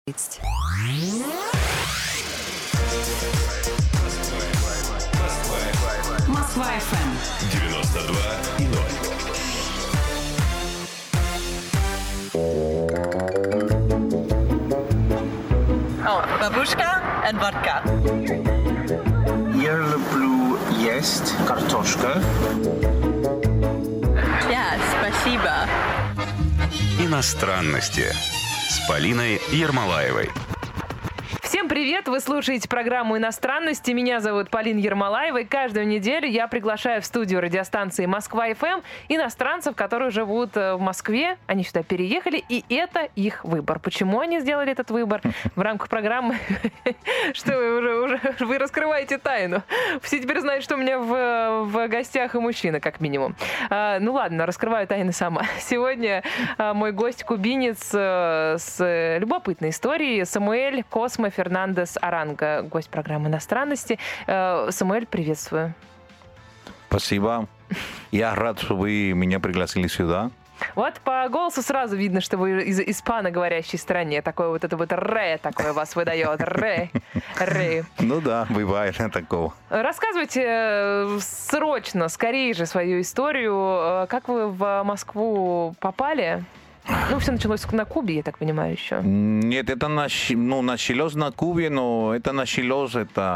Москва FM 92.0. Бабушка and водка. Я люблю есть картошка. Да, спасибо. Иностранности с Полиной Ермолаевой. Всем привет! Вы слушаете программу «Иностранности». Меня зовут Полина Ермолаева. И каждую неделю я приглашаю в студию радиостанции «Москва-ФМ» иностранцев, которые живут в Москве. Они сюда переехали, и это их выбор. Почему они сделали этот выбор? В рамках программы, что вы раскрываете тайну. Все теперь знают, что у меня в гостях и мужчина, как минимум. Ну ладно, раскрываю тайны сама. Сегодня мой гость кубинец с любопытной историей Самуэль Космо Фернандес Аранго, гость программы «Иностранности». Самуэль, приветствую. Спасибо. Я рад, что вы меня пригласили сюда. Вот по голосу сразу видно, что вы из испаноговорящей страны. Такое вот это вот «ре» такое вас выдает. «Ре». Ну да, бывает такого. Рассказывайте срочно, скорее же свою историю. Как вы в Москву попали? Ну, все началось на Кубе, я так понимаю, еще. Нет, это началось на Кубе, но это началось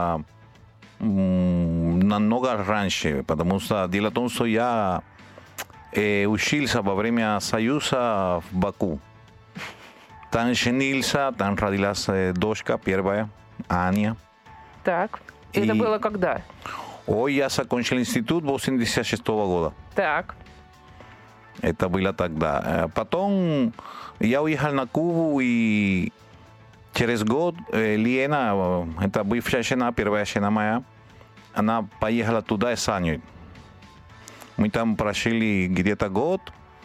намного раньше, потому что дело в том, что я учился во время Союза в Баку. Там женился, там родилась дочка первая, Аня. Так, это было когда? Я закончил институт 86 года. Так. Это было тогда. Потом я уехал на Кубу, и через год Лена, это бывшая жена, первая жена моя, она поехала туда с Аней. Мы там прожили где-то год,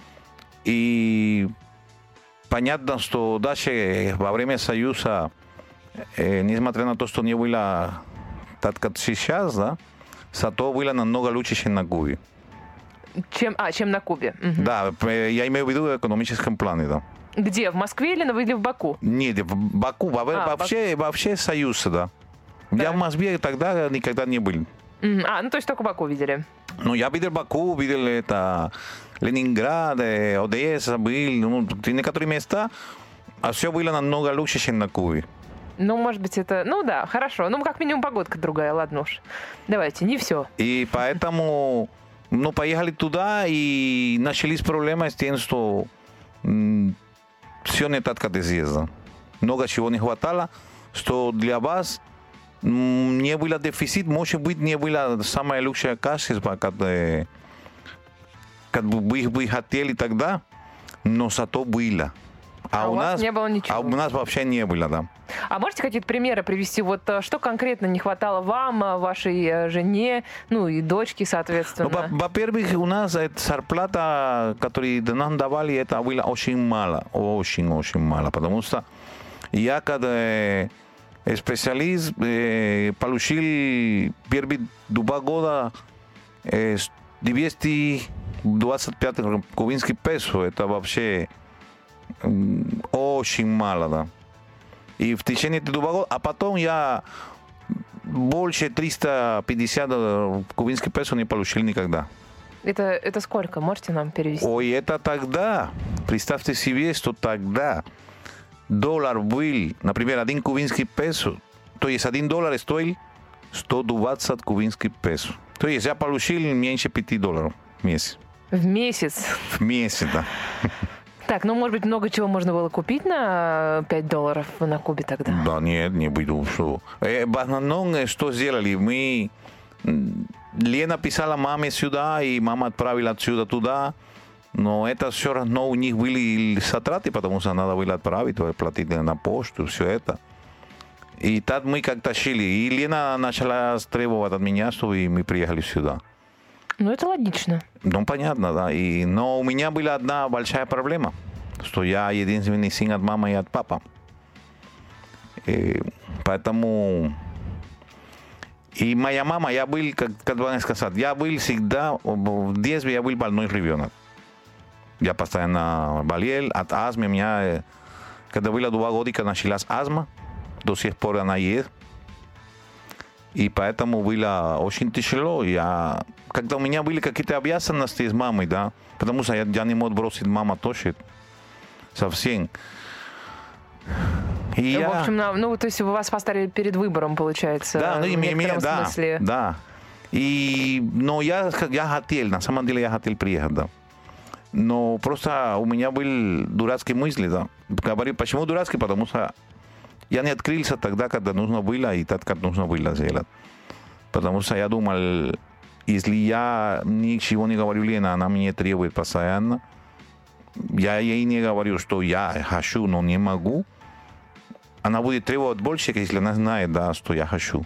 и понятно, что дальше во время Союза, несмотря на то, что не было так, как сейчас, да, зато было намного лучше, чем на Кубе. Чем на Кубе? Угу. Да, я имею в виду в экономическом плане, да. Где? В Москве или в Баку? Нет, в Баку. Вообще Союз, да. Я в Москве тогда никогда не был. Ну то есть только Баку видели? Ну, я видел Баку, видел это Ленинград, Одесса, был, некоторые места, а все было намного лучше, чем на Кубе. Ну, может быть, это... Ну да, хорошо. Ну, как минимум погодка другая, ладно уж. Давайте, не все. И поэтому... поехали туда, и начались проблемы с тем, что все не так, как здесь. Много чего не хватало, что для вас не было дефицит, может быть, не было самое лучшее качество, как вы хотели тогда, но зато было. А у нас не было ничего. А у нас вообще не было, да. А можете какие-то примеры привести? Вот что конкретно не хватало вам, вашей жене, и дочке, соответственно? Во-первых, у нас зарплата, которую нам давали, это было очень мало. Очень-очень мало. Потому что я, как специалист, получил первые 2 года 225 кубинских песо. Это вообще очень мало, да. И в течение 2 года, а потом я больше 350 кубинских песо не получил никогда. Это сколько? Можете нам перевести? Это тогда, представьте себе, что тогда доллар был, например, 1 кубинский песо, то есть $1 стоил 120 кубинских песо. То есть я получил меньше $5 в месяц. В месяц? В месяц, да. Так, может быть, много чего можно было купить на $5 на Кубе тогда? Да, нет, не буду. В основном, что сделали? Лена писала маме сюда, и мама отправила отсюда туда. Но это все равно у них были затраты, потому что надо было отправить, платить на почту, все это. И так мы как-то шли. И Лена начала требовать от меня, чтобы мы приехали сюда. Это логично. Понятно, да. Но у меня была одна большая проблема, что я единственный сын от мамы и от папы. Поэтому... И моя мама, я был, как вам сказать, я был всегда, в детстве я был больной ребенок. Я постоянно болел от астмы, у меня Когда было 2 годика, началась астма, до сих пор она есть. И поэтому было очень тяжело. Когда у меня были какие-то обязанности с мамой, да, потому что я не мог бросить мама тоже совсем. И в общем, то есть вас поставили перед выбором, получается, да, в некотором смысле. Да. Но я хотел, на самом деле я хотел приехать, да. Но просто у меня были дурацкие мысли, да. Говорю, почему дурацкие? Потому что я не открылся тогда, когда нужно было, и тогда, когда нужно было сделать. Потому что я думал, если я ничего не говорю Лене, она мне требует постоянно. Я ей не говорю, что я хочу, но не могу. Она будет требовать больше, если она знает, да, что я хочу.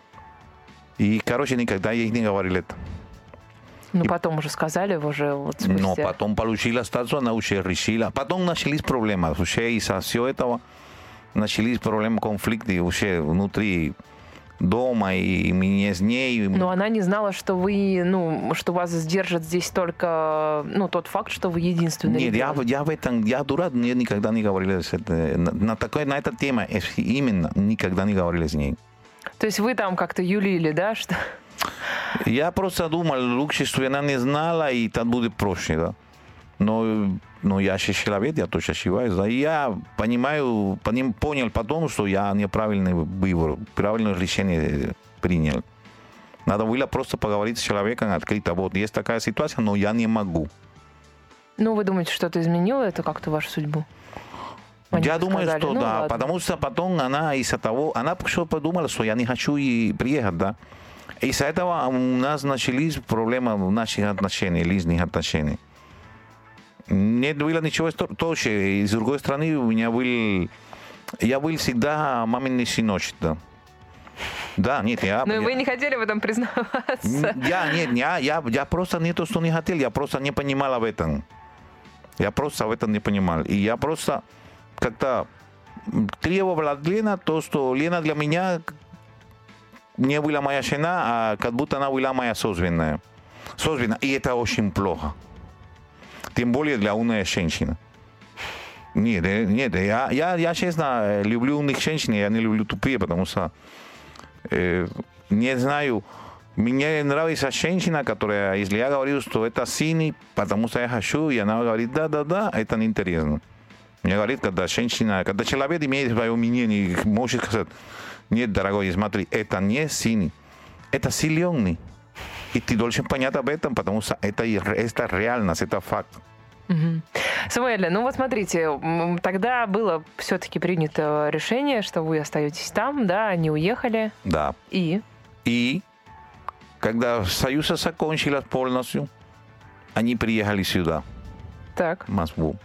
И, короче, никогда ей не говорил это. Ну, потом уже сказали, уже вот спустя. Но потом получила статус, она уже решила. Потом начались проблемы. Уже из-за всего этого начались проблемы, конфликты уже внутри дома и мне с ней. Но она не знала, что вы, что вас сдержит здесь только, тот факт, что вы единственный. Нет, я в этом, я дурак, я никогда не говорил на эту тему, именно никогда не говорил с ней. То есть вы там как-то юлили, да? Что... Я просто думал, лучше, что она не знала, и так будет проще, да. Но я же человек, я тоже ошибаюсь, да. И я понял потом, что я неправильный выбор, правильное решение принял. Надо было просто поговорить с человеком открыто. Вот есть такая ситуация, но я не могу. Вы думаете, что-то изменило это как-то вашу судьбу? Я думаю, что да, ладно. потому что потом она из-за того, она подумала, что я не хочу и приехать, да. Из-за этого у нас начались проблемы в наших отношениях, личных отношениях. Не было ничего тоже. И с другой стороны, я был всегда маминый сыночек, да. Да, нет, Но вы не хотели в этом признаваться. Я просто не то, что не хотел, я просто не понимал об этом. Я просто об этом не понимал. И я просто как-то требовал от Лены то, что Лена для меня не была моя жена, а как будто она была моя собственная. И это очень плохо. Тем более для умной женщины. Нет, я честно люблю умных женщин, я не люблю тупые, потому что не знаю, мне нравится женщина, которая, если я говорю, что это синий, потому что я хочу, и она говорит, да, это неинтересно. Мне говорит, когда человек имеет свое мнение, может сказать, нет, дорогой, смотри, это не синий, это зеленый. И ты должен понять об этом, потому что это реальность, это факт. Самуэль, смотрите, тогда было все-таки принято решение, что вы остаетесь там, да, они уехали. Да. И когда Союз закончился полностью, они приехали сюда, так. в Москву.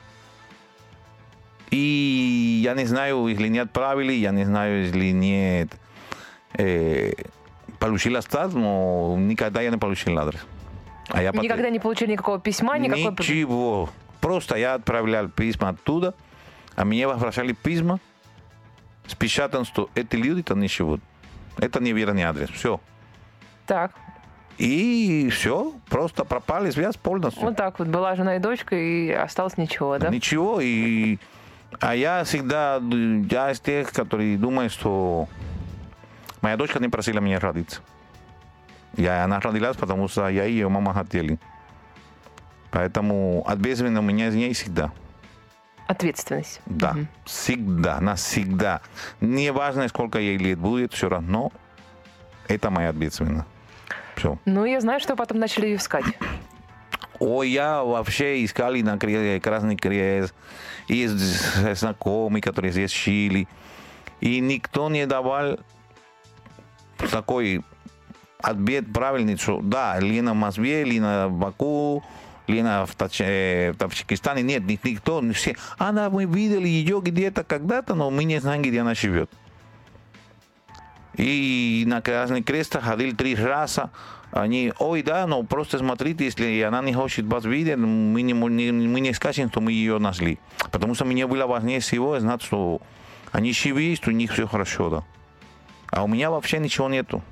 И я не знаю, если не отправили, я не знаю, если нет получил статус, но никогда я не получил адрес. Никогда не получили никакого письма? Ничего. Просто я отправлял письма оттуда, а мне возвращали письма с печатом, что эти люди там не живут. Это неверный адрес. Все. Так. И все. Просто пропали связь полностью. Вот так вот. Была жена и дочка, и осталось ничего, да? Ничего. А я всегда, я из тех, которые думают, что моя дочка не просила меня родиться. Она родилась, потому что я и ее мама хотели. Поэтому ответственность у меня с ней всегда. Ответственность. Да, всегда, навсегда. Не важно, сколько ей лет будет, все равно это моя ответственность. Все. Я знаю, что потом начали ее искать. Я вообще искал и на Красный Крест, и знакомые, которые здесь жили. И никто не давал такой ответ правильный, что да, Лена в Москве, Лена в Баку, Лена в Таджикистане. Нет, никто. Все. Мы видели ее где-то когда-то, но мы не знаем, где она живет. И на Красный Крест ходил 3 раза. Они, но просто смотрите, если она не хочет вас видеть, мы не скажем, что мы ее нашли. Потому что мне было важнее всего знать, что они живы, что у них все хорошо, да. А у меня вообще ничего нету.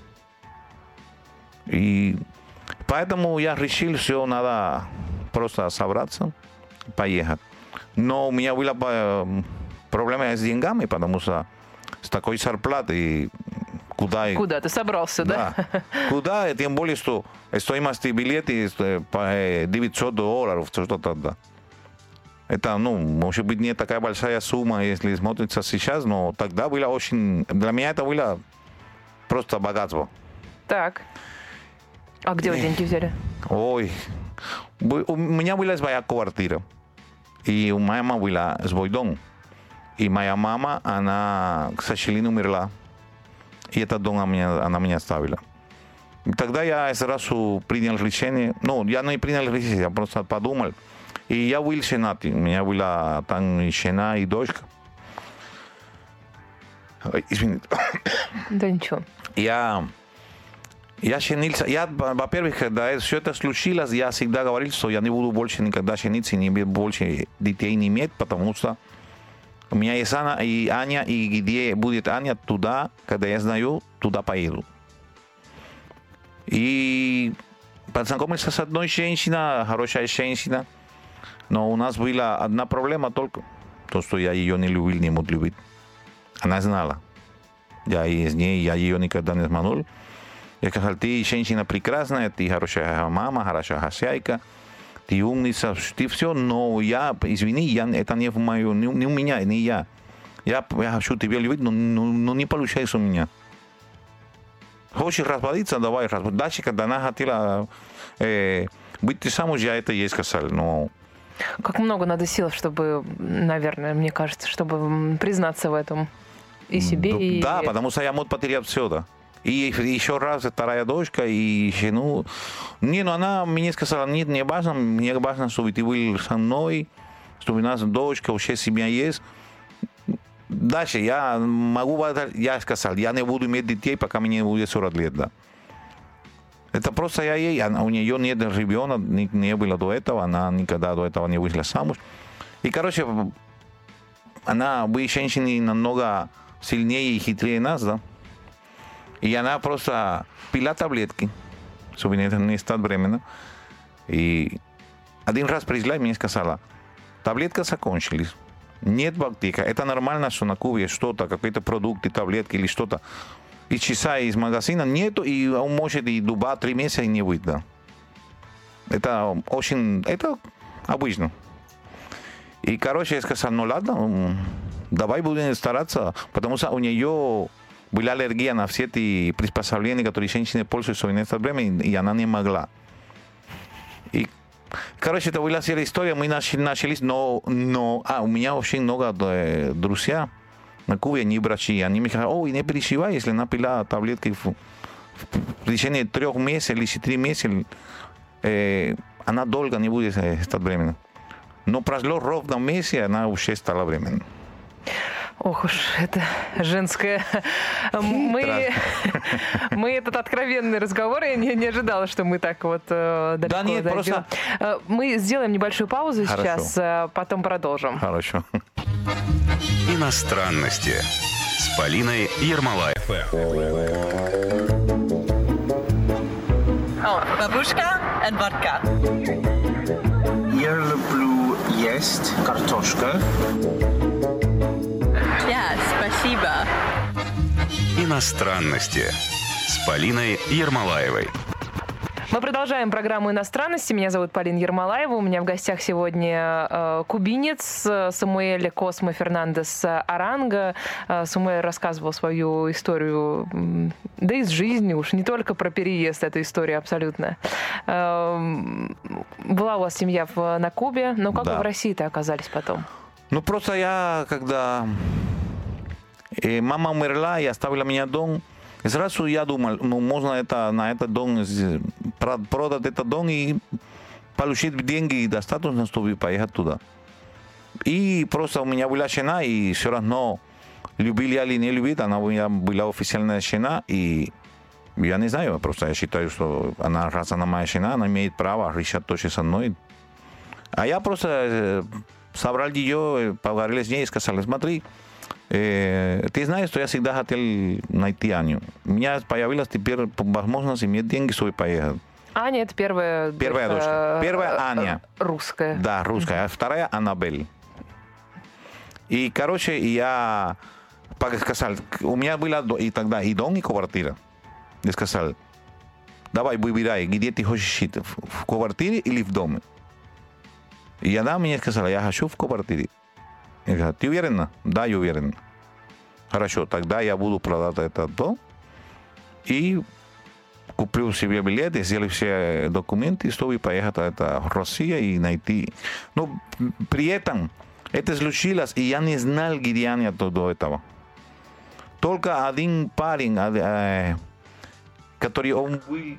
И поэтому я решил, все, надо просто собраться, поехать. Но у меня было проблема с деньгами, потому что с такой зарплатой куда Куда ты собрался, да? Куда, тем более, что стоимость билета $900, что-то тогда. Это, может быть, не такая большая сумма, если смотрится сейчас, но тогда было очень... Для меня это было просто богатство. Так. А где вы деньги взяли? Ой, у меня была своя квартира, и у моей мамы была свой дом. И моя мама, она, к сожалению, умерла. И этот дом она меня оставила. И тогда я сразу принял решение. Я не принял решение, я просто подумал. И я был женат. У меня была там и жена, и дочка. Ой, извините. Да ничего. Я женился. Во-первых, когда все это случилось, я всегда говорил, что я не буду больше никогда жениться, не буду больше детей не иметь, потому что у меня есть Аня, и где будет Аня, туда, когда я знаю, туда поеду. И познакомился с одной женщиной, хорошая женщина, но у нас была одна проблема только, то, что я ее не любил, не мог любить. Она знала. Я ее никогда не обманул. Я сказал, ты женщина прекрасная, ты хорошая мама, хорошая хозяйка, ты умница, ты все, но извини, это не в мою, не у меня, не я. Я хочу тебя любить, но не получается у меня. Хочешь разводиться, давай разводиться. Дальше, когда она хотела быть замуж, я это ей сказал, но... Как много надо сил, чтобы, наверное, мне кажется, чтобы признаться в этом и себе, и... Да, потому что я мог потерять все, да. И еще раз вторая дочка и жену. Она мне сказала, нет, не важно, мне важно, чтобы ты был со мной, чтобы у нас дочка, уже семья есть. Дальше я сказал, я не буду иметь детей, пока мне будет 40 лет, да. Это просто у нее нет ребенка, не было до этого, она никогда до этого не вышла замуж. И, она, вы, женщины, намного сильнее и хитрее нас, да. И она просто пила таблетки, чтобы не стать беременна. И один раз пришла и мне сказала, таблетки закончились, нет в аптеке. Это нормально, что на Кубе что-то, какие-то продукты, таблетки или что-то. И часа из магазина нету, и он может и 2-3 месяца не выйти. Это обычно. И, я сказал, ладно, давай будем стараться, потому что у нее... Была аллергия на все эти приспособления, которые женщины пользуются в это время, и она не могла. И, это была целая история, мы начались, но у меня очень много друзей на Кубе, они врачи, они мне говорят, не переживай, если она пила таблетки в течение 3 месяцев или 4 месяца, она долго не будет стать беременна. Но прошло ровно месяц, и она уже стала беременна. Ох уж, это женское. Мы этот откровенный разговор, я не ожидала, что мы так вот далеко да нет, зайдем. Просто... Мы сделаем небольшую паузу. Хорошо. Сейчас, потом продолжим. Хорошо. Иностранности с Полиной Ермолаевой. Бабушка and водка. Я люблю есть картошка. Спасибо. Иностранности с Полиной Ермолаевой. Мы продолжаем программу «Иностранности». Меня зовут Полина Ермолаева. У меня в гостях сегодня кубинец Самуэль Космо Фернандес Аранго. Самуэль рассказывал свою историю, да и из жизни уж, не только про переезд, эта история абсолютно. Была у вас семья на Кубе, но как вы в России-то оказались потом? Просто я, когда мама умерла и оставила меня дом, и сразу я думал, можно на этот дом продать этот дом и получить деньги достаточно, чтобы поехать туда. И просто у меня была жена, и все равно любил я или не любил, она была официальная жена, и я не знаю, просто я считаю, что раз она моя жена, она имеет право решать то, что со мной. А я просто собрал ее, поговорил с ней и сказал, смотри, ты знаешь, что я всегда хотел найти Аню. У меня появилась теперь возможность иметь деньги, чтобы поехать. Аня — это первая дочка. Первая Аня. Русская. Да, русская. А вторая Аннабель. И, короче, я сказал, у меня было и тогда и дом, и квартира. Я сказал, давай выбирай, где ты хочешь жить, в квартире или в доме. И она мне сказала, я хочу в квартире. Я говорю, ты уверена? Да, я уверен. Хорошо, тогда я буду продать этот дом и куплю себе билеты, сделаю все документы, чтобы поехать в Россию и найти. Но при этом это случилось, и я не знал, где они до этого. Только один парень, который он был...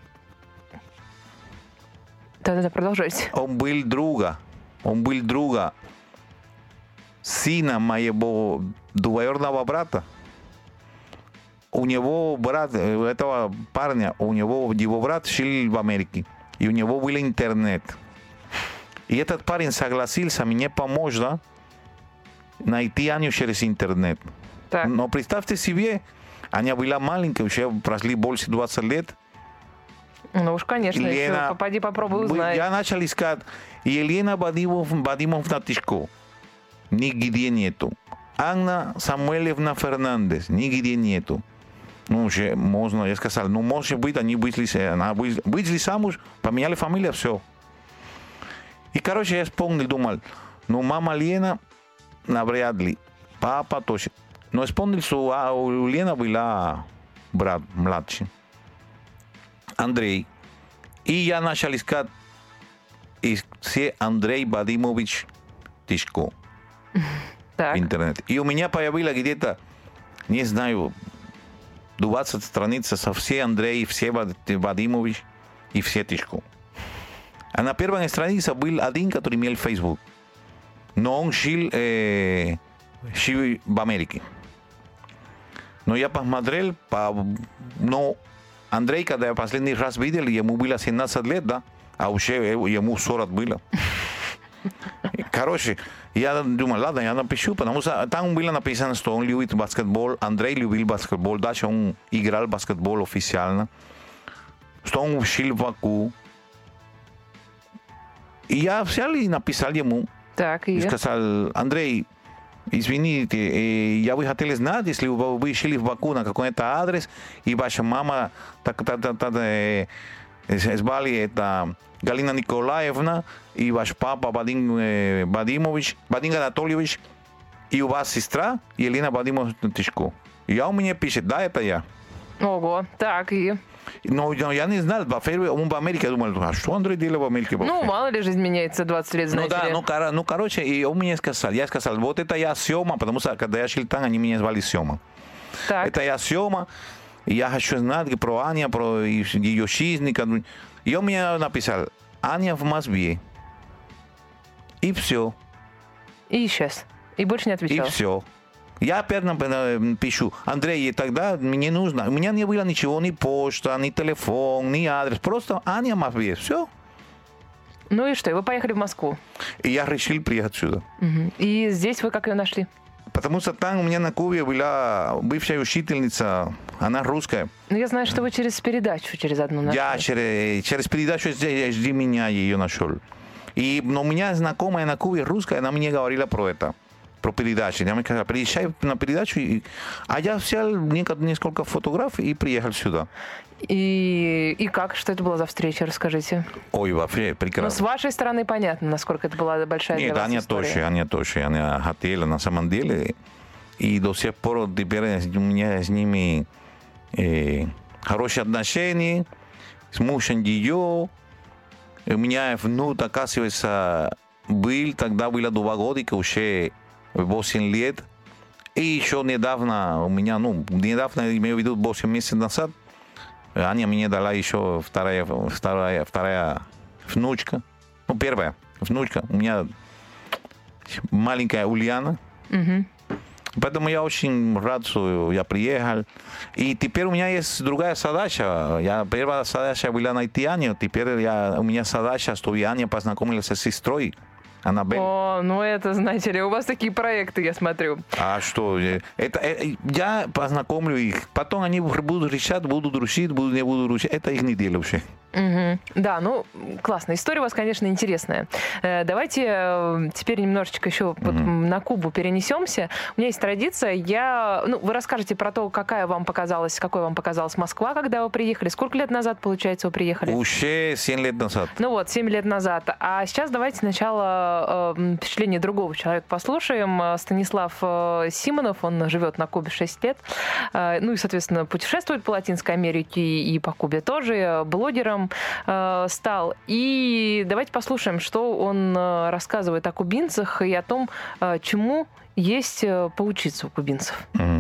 Да-да-да, продолжайте. Он был друга сына моего двоюродного брата. У него брат, этого парня, его брат жил в Америке. И у него был интернет. И этот парень согласился мне помочь, да, найти Аню через интернет. Так. Но представьте себе, Аня была маленькая, уже прошли больше 20 лет. Ну уж, конечно, Елена, еще попади, попробуй, узнай. Я начал искать. Елена Вадимовна Тишко. Нигде нету. Анна Самуэлевна Фернандес. Нигде нету. Ну, уже можно, я сказал, ну, может быть, они вышли замуж, поменяли фамилию, все. И, короче, я вспомнил, думал, ну, мама Лена, навряд ли, папа тоже. Но вспомнил, что у Лены была брат младший, Андрей. И я начал искать, и все Андрей Вадимович Тишко в интернете. И у меня появилось где-то, не знаю, 20 страниц со все Андрей, все Вадимович и все Тишко. А на первой странице был один, который имел Facebook. Но он жил в Америке. Но я посмотрел, но Андрей, когда я последний раз видел, ему было 17 лет, да, а уже ему 40 было. Короче, я думал, ладно, я напишу, потому что там было написано, что он любит баскетбол, Андрей любил баскетбол, даже он играл баскетбол официально, что он жил в Баку. И я взял и написал ему. Так, и сказал, Андрей, извините, я бы хотел знать, если вы жили в Баку на какой-то адрес, и ваша мама звали это Галина Николаевна, и ваш папа Вадим Анатольевич, и у вас сестра Елена Вадимовна Тишко. И он мне пишет, да, это я. Ого, так, и... Но я не знал, он в Америке, я думал, а что Андрей делал в Америке? Ну, мало ли, жизнь меняется 20 лет, знаете ли. Ну, да, короче, и он мне сказал, я сказал, вот это я Сема, потому что когда я жил там, они меня звали Сема. Так. Это я Сема, и я хочу знать про Аню, про ее жизнь. И он мне написал, Аня в Москве. И все. И исчез. И больше не отвечал. И все. Я опять пишу, Андрей, и тогда мне нужно, у меня не было ничего, ни почта, ни телефон, ни адрес, просто Аня в Москве, все. Ну и что, и вы поехали в Москву? И я решил приехать сюда. Угу. И здесь вы как ее нашли? Потому что там у меня на Кубе была бывшая учительница, она русская. Ну, я знаю, что вы через передачу, через одну нашли. Я через передачу «Жди меня» ее нашел. Но у меня знакомая на Кубе русская, она мне говорила про это, про передачу. Я мне сказала, приезжай на передачу. А я взял несколько фотографий и приехал сюда. И как? Что это была за встреча? Расскажите. Ой, вообще прекрасно. Ну, с вашей стороны понятно, насколько это была большая для вас история. Аня тоже. Аня хотела на самом деле. И до сих пор теперь у меня с ними хорошие отношения. С мужем ее. У меня внук, оказывается, был, тогда было 2 года, уже 8 лет. И еще недавно, у меня, недавно, имею в виду 8 месяцев назад, Аня мне дала еще вторая внучка. Ну, первая внучка. У меня маленькая Ульяна. Угу. Поэтому я очень рад, что я приехал. И теперь у меня есть другая задача. Первая задача была найти Аню. Теперь у меня задача, чтобы Аня познакомилась с сестрой. Аннабель. О, ну это, знаете ли, у вас такие проекты, я смотрю. А что? Я познакомлю их. Потом они будут решать, буду дружить, не буду дружить. Это их не дело вообще. Угу. Да, ну, классно. История у вас, конечно, интересная. Давайте теперь немножечко еще вот на Кубу перенесемся. У меня есть традиция. Вы расскажете про то, какой вам показалась Москва, когда вы приехали. Сколько лет назад, получается, вы приехали? Уже 7 лет назад. Ну вот, 7 лет назад. А сейчас давайте сначала впечатление другого человека послушаем. Станислав Симонов, он живет на Кубе 6 лет. Ну и, соответственно, путешествует по Латинской Америке и по Кубе тоже. Блогером стал. И давайте послушаем, что он рассказывает о кубинцах и о том, чему есть поучиться у кубинцев.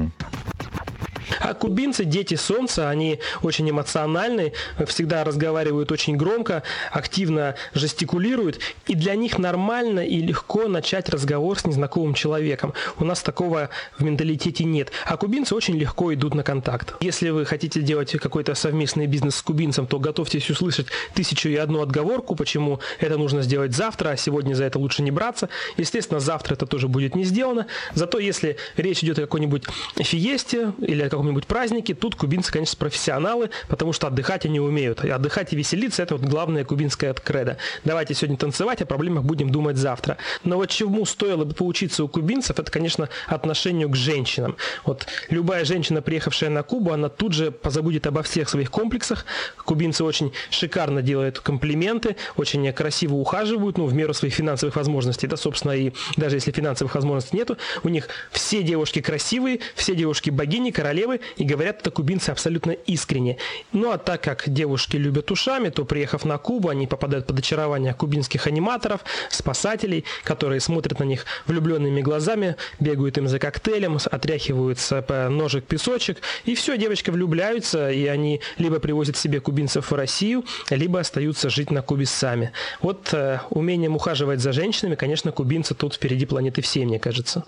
А кубинцы, дети солнца, они очень эмоциональны, всегда разговаривают очень громко, активно жестикулируют, и для них нормально и легко начать разговор с незнакомым человеком. У нас такого в менталитете нет. А кубинцы очень легко идут на контакт. Если вы хотите делать какой-то совместный бизнес с кубинцем, то готовьтесь услышать 1001 отговорку, почему это нужно сделать завтра, а сегодня за это лучше не браться. Естественно, завтра это тоже будет не сделано. Зато если речь идет о какой-нибудь фиесте или о каком-нибудь празднике, тут кубинцы, конечно, профессионалы, потому что отдыхать они умеют. И отдыхать и веселиться – это вот главное кубинское кредо. Давайте сегодня танцевать, о проблемах будем думать завтра. Но вот чему стоило бы поучиться у кубинцев, это, конечно, отношению к женщинам. Вот любая женщина, приехавшая на Кубу, она тут же позабудет обо всех своих комплексах. Кубинцы очень шикарно делают комплименты, очень красиво ухаживают, в меру своих финансовых возможностей. Да, собственно, и даже если финансовых возможностей нету, у них все девушки красивые, все девушки богини, королевы, и говорят это кубинцы абсолютно искренне. Ну а так как девушки любят ушами, то, приехав на Кубу, они попадают под очарование кубинских аниматоров, спасателей, которые смотрят на них влюбленными глазами, бегают им за коктейлем, отряхиваются по ножик песочек, и все, девочки влюбляются, и они либо привозят себе кубинцев в Россию, либо остаются жить на Кубе сами. Вот умением ухаживать за женщинами, конечно, кубинцы тут впереди планеты всей, мне кажется.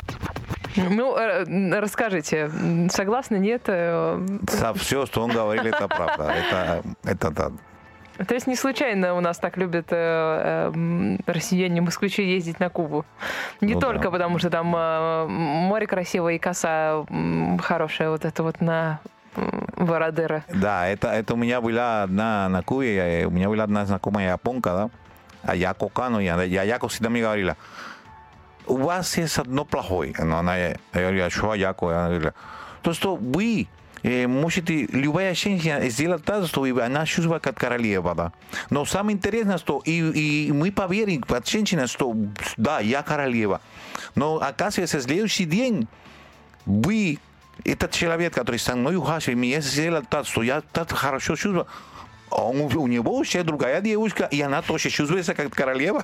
Ну, расскажите, согласны, нет? Все, что он говорил, это правда. Это да. То есть не случайно у нас так любят россияне, москвичи ездить на Кубу. Не только потому, что там море красивое и коса хорошая, вот это вот на Вородеро. Да, это у меня была одна на Кубе, у меня была одна знакомая японка, да, Аяко Кано, и Аяко всегда мне говорила: у вас есть одно плохое. Но она говорила: что Аяко? Она говорила: то, что вы можете, любая женщина сделать так, что она чувствует как королева, да. Но самое интересное, что и мы поверим от женщины, что да, я королева. Но оказывается, в следующий день вы, этот человек, который со мной ухаживает, мне сделал так, что я так хорошо чувствую, а у него вообще другая девушка, и она тоже чувствуется как королева.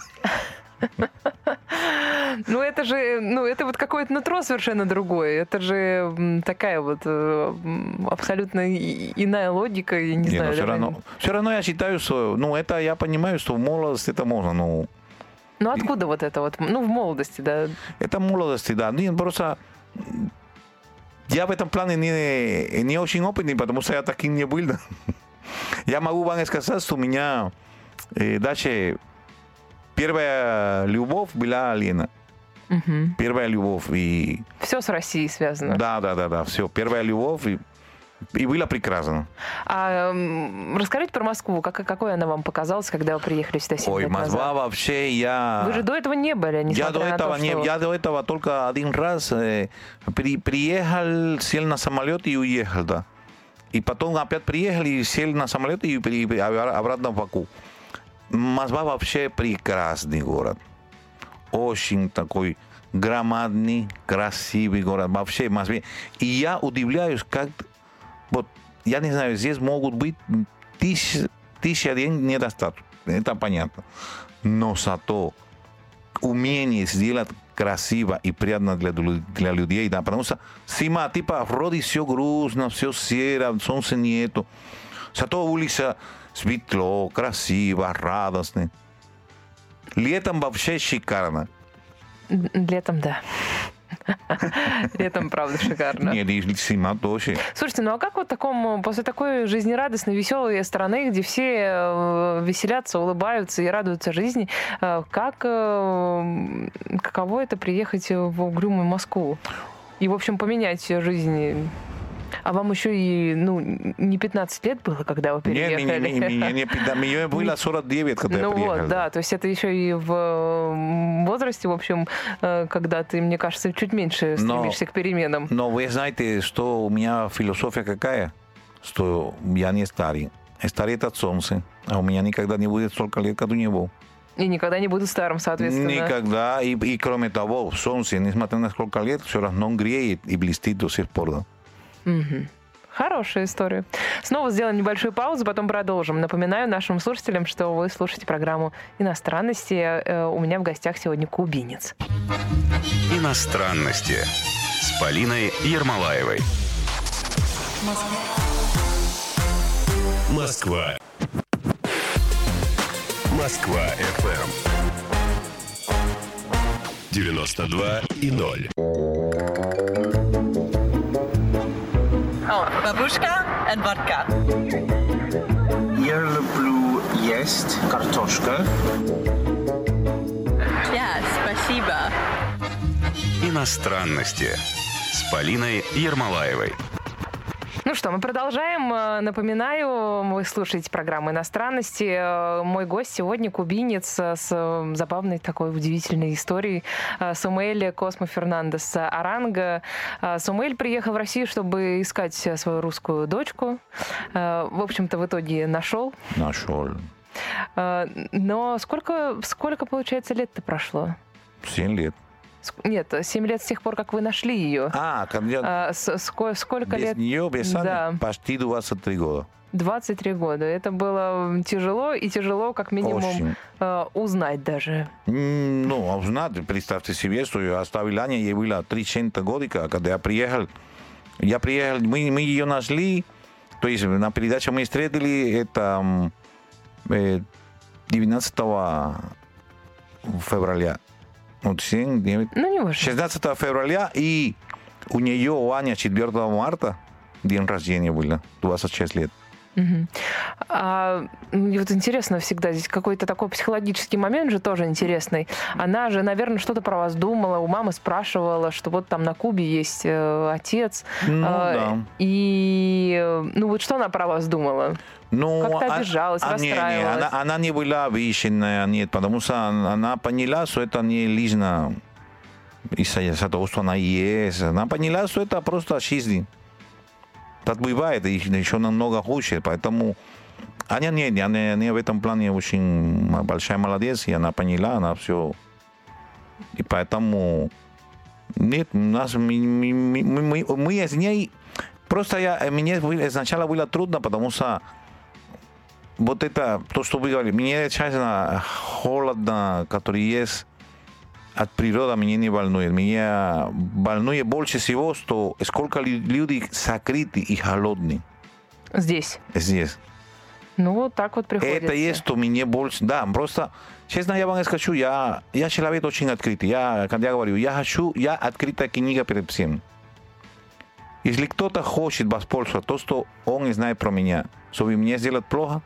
Ну, это же, это вот какое-то нутро совершенно другое. Это же такая вот абсолютно иная логика, я не знаю. Все равно я считаю, что, это я понимаю, что в молодости это можно, Ну, откуда вот это вот? В молодости, да? Это в молодости, да. Просто я в этом плане не очень опытный, потому что я таким не был. Я могу вам сказать, что у меня дальше первая любовь была Лена. Угу. Первая любовь. И... Все с Россией связано. Да, все. Первая любовь и было прекрасно. А расскажите про Москву. Какой она вам показалась, когда вы приехали сюда 7 лет назад? Москва вообще я... Вы же до этого не были, несмотря на то, что... Я до этого только один раз приехал, сел на самолет и уехал, да. И потом опять приехал и сел на самолет и обратно в Баку. Москва вообще прекрасный город. Очень такой громадный, красивый город. Вообще Москве. И я удивляюсь, как... Вот, я не знаю, здесь могут быть 1001 недостаток. Это понятно. Но зато умение сделать красиво и приятно для людей, да. Потому что зима, вроде все грустно, все серо, солнца нету. Зато улица светло, красиво, радостно. Летом вообще шикарно. Летом, да. Летом, правда, шикарно. Нет, зима тоже. Слушайте, а как вот после такой жизнерадостной, веселой страны, где все веселятся, улыбаются и радуются жизни, каково это приехать в угрюмую Москву? И, в общем, поменять жизнь А вам еще и, не 15 лет было, когда вы переехали? Мне было 49, когда я приехал. Вот, да, то есть это еще и в возрасте, в общем, когда ты, мне кажется, чуть меньше стремишься к переменам. Но вы знаете, что у меня философия какая? Что я не старый. Старый это солнце, а у меня никогда не будет столько лет, как у него. И никогда не буду старым, соответственно. Никогда. И кроме того, солнце, несмотря на сколько лет, все равно греет и блестит до сих пор. Да? Угу. Хорошая история. Снова сделаем небольшую паузу, потом продолжим. Напоминаю нашим слушателям, что вы слушаете программу «Иностранности». У меня в гостях сегодня кубинец. Иностранности с Полиной Ермолаевой. Москва. Москва FM. 92,0. Бабушка and водка. Я люблю есть картошка. Ja, спасибо. Иностранности с Полиной Ермолаевой. Ну что, мы продолжаем. Напоминаю, вы слушаете программу «Иностранности». Мой гость сегодня кубинец с забавной такой удивительной историей. Самуэль Космо Фернандес Аранго. Самуэль приехал в Россию, чтобы искать свою русскую дочку. В общем-то, в итоге нашел. Нашел. Но сколько получается, лет-то прошло? 7 лет. Нет, 7 лет с тех пор, как вы нашли ее. Сколько без лет? нее, без Сани, да. почти 23 года. 23 года. Это было тяжело, и тяжело, как минимум, узнать даже. Узнать, представьте себе, что я оставил Аню, ей было 30 годика, когда я приехал, мы ее нашли, то есть на передаче мы встретили, это 19 февраля. 7, 9, 16 февраля, и у нее, у Ани, 4 марта день рождения было, 26 лет. Угу. И вот интересно всегда, здесь какой-то такой психологический момент же тоже интересный. Она же, наверное, что-то про вас думала, у мамы спрашивала, что вот там на Кубе есть отец. Да. И, вот что она про вас думала? Как-то обижалась, расстраивалась? Она не была обиженная, нет, потому что она поняла, что это не лично из-за того, что она есть. Она поняла, что это просто жизнь. Так бывает, и еще намного хуже, поэтому Аня в этом плане очень большая молодец, и она поняла, она все. И поэтому нет, мы с ней, просто мне сначала было трудно, потому что вот это, то, что вы говорили, мне честно холодно, который есть от природы, меня не волнует. Меня волнует больше всего, что сколько людей закрыты и холодны. Здесь? Здесь. Вот так вот приходится. Это есть, что мне больше... Да, просто, честно, я вам скажу, я человек очень открытый. Когда я говорю, я открытая книга перед всем. Если кто-то хочет воспользоваться то, что он знает про меня, чтобы мне сделать плохо,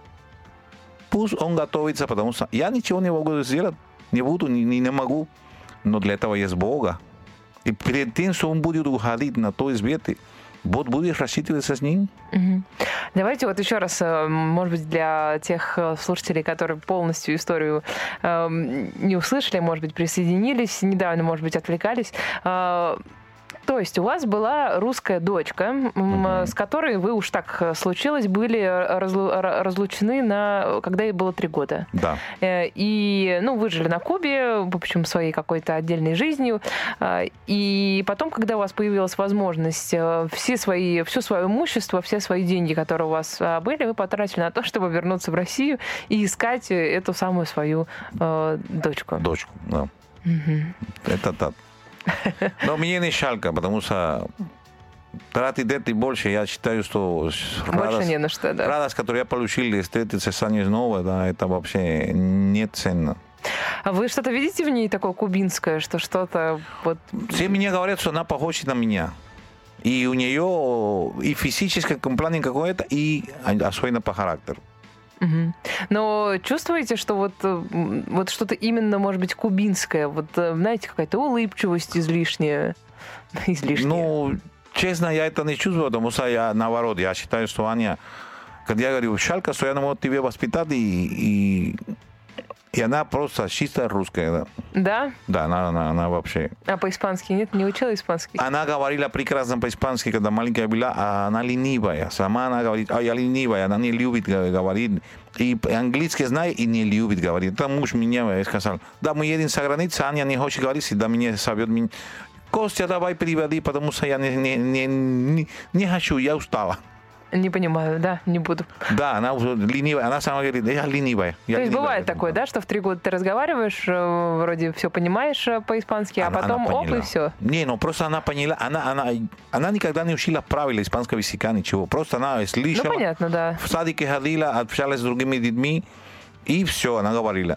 пусть он готовится, потому что я ничего не могу сделать. Не буду, не могу. Но для этого есть Бога. И перед тем, что он будет уходить на той свете, Бог будет рассчитываться с ним. Угу. Давайте вот еще раз, может быть, для тех слушателей, которые полностью историю не услышали, может быть, присоединились, недавно, может быть, отвлекались. То есть у вас была русская дочка, с которой вы уж так случилось, были разлучены, когда ей было 3 года. Да. И, вы жили на Кубе, в общем, своей какой-то отдельной жизнью. И потом, когда у вас появилась возможность все свое имущество, все свои деньги, которые у вас были, вы потратили на то, чтобы вернуться в Россию и искать эту самую свою дочку. Дочку, да. Угу. Это так. Но мне не жалко, потому что тратить это больше, я считаю, что больше не на что, да. Радость, которую я получил, встретиться с Аней снова, да, это вообще не ценно. А вы что-то видите в ней такое кубинское, что что-то вот... Все мне говорят, что она похожа на меня. И у нее и физическое плане какое-то, и особенно по характеру. Угу. Но чувствуете, что вот что-то именно, может быть, кубинское, вот, знаете, какая-то улыбчивость излишняя? честно, я это не чувствую, потому что я, наоборот, я считаю, что Аня, когда я говорю шалка, что я не могу тебя воспитать, и она просто чисто русская. Да? Да? Да, она вообще... А по-испански нет? Не учила испанский? Она говорила прекрасно по-испански, когда маленькая была, а она ленивая. Сама она говорит, я ленивая, она не любит говорить. И английский знает и не любит говорить. Это муж мне сказал, да, мы едем за границей, Аня не хочет говорить, всегда меня зовет. Костя, давай переводи, потому что я не хочу, я устала. Не понимаю, да, не буду. Да, она ленивая, она сама говорит, я ленивая. То есть бывает такое, да, что в 3 года ты разговариваешь, вроде все понимаешь по-испански, а потом оп, и все. Не, ну просто она поняла, она никогда не учила правила испанского языка, ничего. Просто она слышала. Ну, понятно, да. В садике ходила, общалась с другими детьми, и все, она говорила.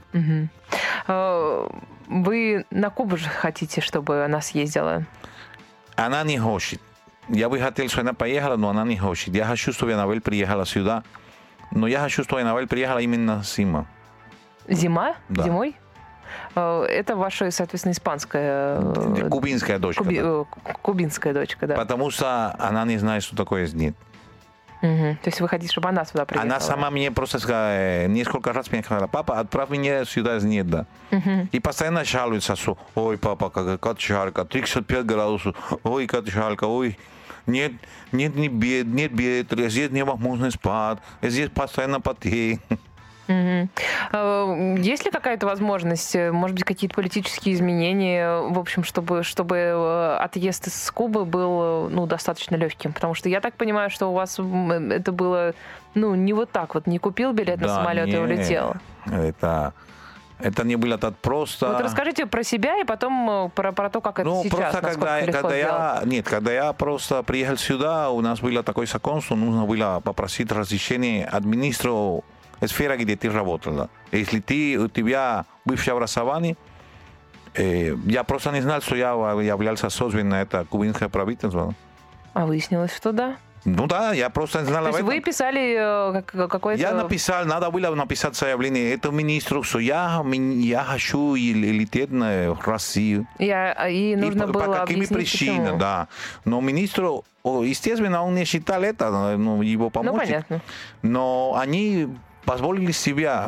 Угу. Вы на Кубу же хотите, чтобы она съездила? Она не хочет. Я бы хотел, чтобы она поехала, но она не хочет. Я хочу, чтобы Анабель приехала сюда, но я хочу, чтобы Анабель приехала именно зима. Зима? Да. Зимой? Это ваша, соответственно, испанская... Кубинская дочка. Да. Кубинская дочка, да. Потому что она не знает, что такое снег. Угу. То есть вы хотите, чтобы она сюда приехала? Она сама мне просто несколько раз мне сказала, папа, отправь меня сюда с неда. Угу. И постоянно жалуется, что, ой, папа, как жарко, 35 градусов, ой, как жарко, ой, нет бед, здесь невозможно спать, здесь постоянно потеет. Угу. Есть ли какая-то возможность, может быть, какие-то политические изменения, в общем, чтобы отъезд из Кубы был достаточно легким? Потому что я так понимаю, что у вас это было не вот так вот, не купил билет на самолет и улетел. Это не было так просто. Вот расскажите про себя и потом про то, как это сейчас, просто когда я просто приехал сюда, у нас было такой закон, что нужно было попросить разрешение от министра сфера, где ты работала. Если у тебя бывшее образование, я просто не знал, что я являлся созван на это кубинское правительство. А выяснилось, что да? Ну да, я просто не знал об этом. То есть вы писали какой-то... Я написал, надо было написать заявление этому министру, что я хочу лететь в Россию. И нужно было по какими причинам, почему. Да. Но министру, естественно, он не считал это, его помочь. Ну, понятно. Но они позволили себя